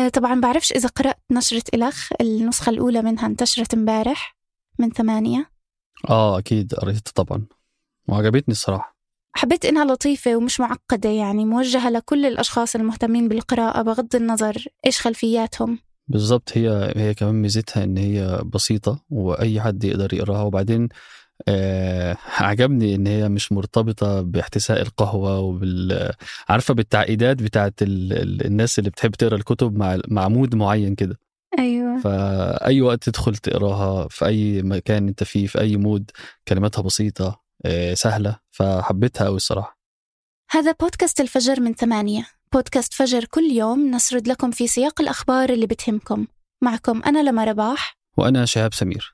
طبعا بعرفش إذا قرأت نشرة إلخ، النسخة الأولى منها انتشرت امبارح من 8. أكيد قريت طبعا وعجبتني الصراحة. حبيت إنها لطيفة ومش معقدة، يعني موجهة لكل الأشخاص المهتمين بالقراءة بغض النظر إيش خلفياتهم. بالضبط، هي كمان ميزتها إن هي بسيطة وأي حد يقدر يقراها. وبعدين عجبني إن هي مش مرتبطة باحتساء القهوة عارفة بالتعقيدات بتاعت الناس اللي بتحب تقرأ الكتب مع مود معين كده. أيوة. فأي وقت تدخل تقراها في أي مكان أنت فيه في أي مود، كلماتها بسيطة سهلة، فحبيتها أوي الصراحة. هذا بودكاست الفجر من 8، بودكاست فجر كل يوم نسرد لكم في سياق الأخبار اللي بتهمكم. معكم أنا لما رباح وأنا شهاب سمير.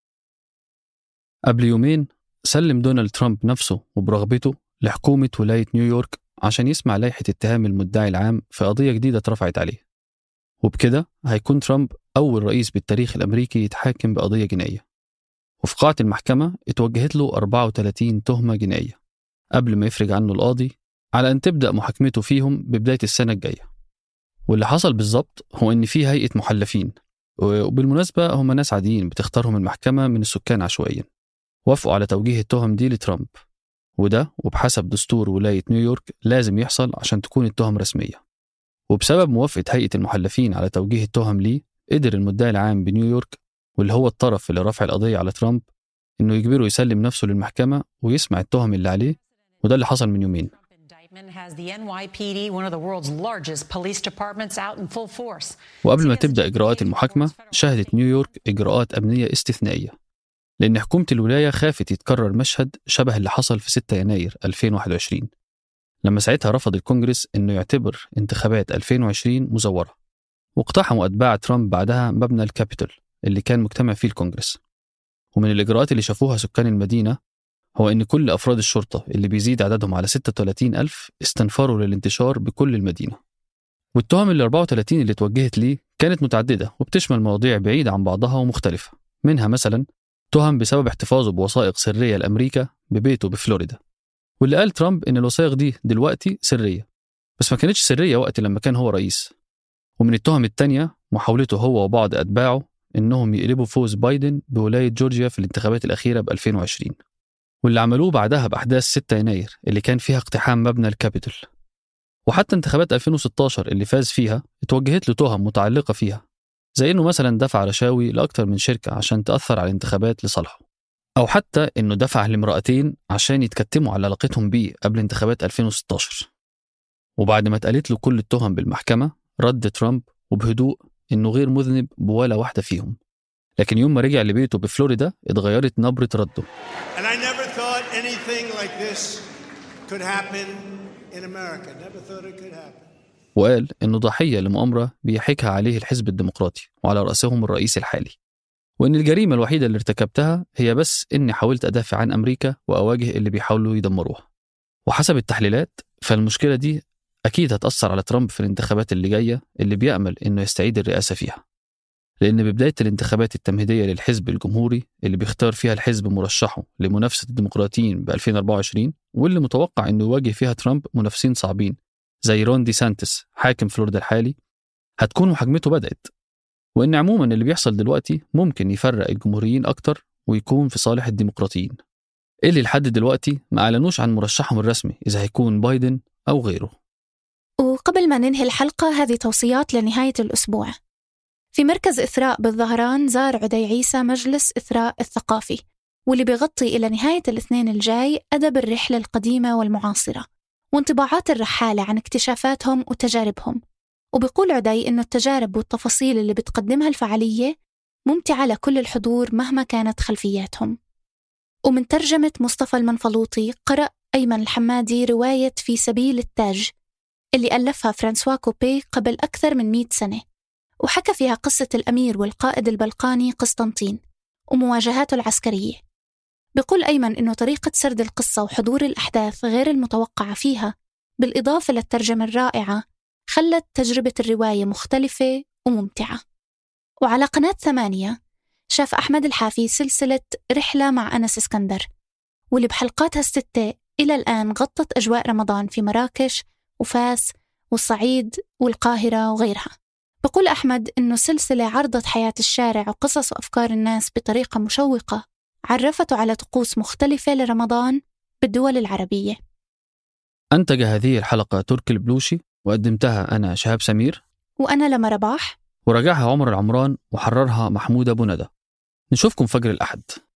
قبل يومين سلم دونالد ترامب نفسه وبرغبته لحكومة ولاية نيويورك عشان يسمع لائحة اتهام المدعي العام في قضية جديدة اترفعت عليه، وبكده هيكون ترامب أول رئيس بالتاريخ الأمريكي يتحاكم بقضية جنائية. وفي قاعة المحكمة اتوجهت له 34 تهمة جنائية قبل ما يفرج عنه القاضي على أن تبدأ محاكمته فيهم ببداية السنة الجاية. واللي حصل بالضبط هو أن في هيئة محلفين، وبالمناسبة هم ناس عاديين بتختارهم المحكمة من السكان عشوائيا، وافقوا على توجيه التهم دي لترامب، وده وبحسب دستور ولاية نيويورك لازم يحصل عشان تكون التهم رسمية. وبسبب موافقة هيئة المحلفين على توجيه التهم ليه، قدر المدعي العام بنيويورك واللي هو الطرف اللي رفع القضية على ترامب إنه يجبره يسلم نفسه للمحكمة ويسمع التهم اللي عليه، وده اللي حصل من يومين. وقبل ما تبدأ إجراءات المحاكمة شهدت نيويورك إجراءات أمنية استثنائية، لأن حكومة الولاية خافت يتكرر مشهد شبه اللي حصل في 6 يناير 2021 لما ساعتها رفض الكونجرس إنه يعتبر انتخابات 2020 مزورة، واقتحموا أتباع ترامب بعدها مبنى الكابيتول اللي كان مجتمع فيه الكونجرس. ومن الإجراءات اللي شافوها سكان المدينة هو إن كل أفراد الشرطة اللي بيزيد عددهم على 36,000 استنفروا للانتشار بكل المدينة. والتهم ال 34 اللي توجهت ليه كانت متعددة وبتشمل مواضيع بعيدة عن بعضها ومختلفة، منها مثلا تهم بسبب احتفاظه بوثائق سرية لأمريكا ببيته بفلوريدا، واللي قال ترامب إن الوثائق دي دلوقتي سرية بس ما كانتش سرية وقت لما كان هو رئيس. ومن التهم التانية محاولته هو وبعض أتباعه إنهم يقلبوا فوز بايدن بولاية جورجيا في الانتخابات الأخيرة ب 2020، واللي عملوه بعدها بأحداث 6 يناير اللي كان فيها اقتحام مبنى الكابيتول. وحتى انتخابات 2016 اللي فاز فيها اتوجهت له تهم متعلقة فيها، زي إنه مثلا دفع رشاوي لأكتر من شركة عشان تأثر على الانتخابات لصالحه، أو حتى إنه دفع لامرأتين عشان يتكتموا على علاقتهم بيه قبل انتخابات 2016. وبعد ما اتقالت له كل التهم بالمحكمة رد ترامب وبهدوء إنه غير مذنب بولا واحدة فيهم، لكن يوم ما رجع لبيته بفلوريدا اتغيرت نبرة رده. وقال إنه ضحية لمؤامرة بيحكها عليه الحزب الديمقراطي وعلى رأسهم الرئيس الحالي، وإن الجريمة الوحيدة اللي ارتكبتها هي بس إني حاولت أدافع عن أمريكا وأواجه اللي بيحاولوا يدمروها. وحسب التحليلات فالمشكلة دي أكيد هتأثر على ترامب في الانتخابات اللي جاية اللي بيأمل إنه يستعيد الرئاسة فيها، لأن ببداية الانتخابات التمهيدية للحزب الجمهوري اللي بيختار فيها الحزب مرشحه لمنافسة الديمقراطيين ب 2024 واللي متوقع إنه يواجه فيها ترامب منافسين صعبين زي رون دي سانتس حاكم فلوريدا الحالي، هتكون محاكمته بدأت. وإن عموما اللي بيحصل دلوقتي ممكن يفرق الجمهوريين أكتر ويكون في صالح الديمقراطيين اللي لحد دلوقتي ما أعلنوش عن مرشحهم الرسمي إذا هيكون بايدن أو غيره. وقبل ما ننهي الحلقة هذه توصيات لنهاية الأسبوع. في مركز إثراء بالظهران زار عدي عيسى مجلس إثراء الثقافي، واللي بيغطي إلى نهاية الاثنين الجاي أدب الرحلة القديمة والمعاصرة وانطباعات الرحالة عن اكتشافاتهم وتجاربهم. وبيقول عدي إنه التجارب والتفاصيل اللي بتقدمها الفعالية ممتعة لكل الحضور مهما كانت خلفياتهم. ومن ترجمة مصطفى المنفلوطي قرأ أيمن الحمادي رواية في سبيل التاج اللي ألفها فرانسوا كوبي قبل أكثر من 100 سنة، وحكى فيها قصة الأمير والقائد البلقاني قسطنطين ومواجهاته العسكرية. بيقول أيمن إنه طريقة سرد القصة وحضور الأحداث غير المتوقعة فيها بالإضافة للترجمة الرائعة خلت تجربة الرواية مختلفة وممتعة. وعلى قناة 8 شاف أحمد الحافي سلسلة رحلة مع أنس اسكندر، واللي بحلقاتها الستة إلى الآن غطت أجواء رمضان في مراكش وفاس والصعيد والقاهرة وغيرها. بقول أحمد إنه سلسلة عرضت حياة الشارع وقصص وأفكار الناس بطريقة مشوقة عرفته على طقوس مختلفة لرمضان بالدول العربية. أنتج هذه الحلقة تركي البلوشي، وقدمتها أنا شهاب سمير، وأنا لما رباح، وراجعها عمر العمران، وحررها محمود أبو ندى. نشوفكم فجر الأحد.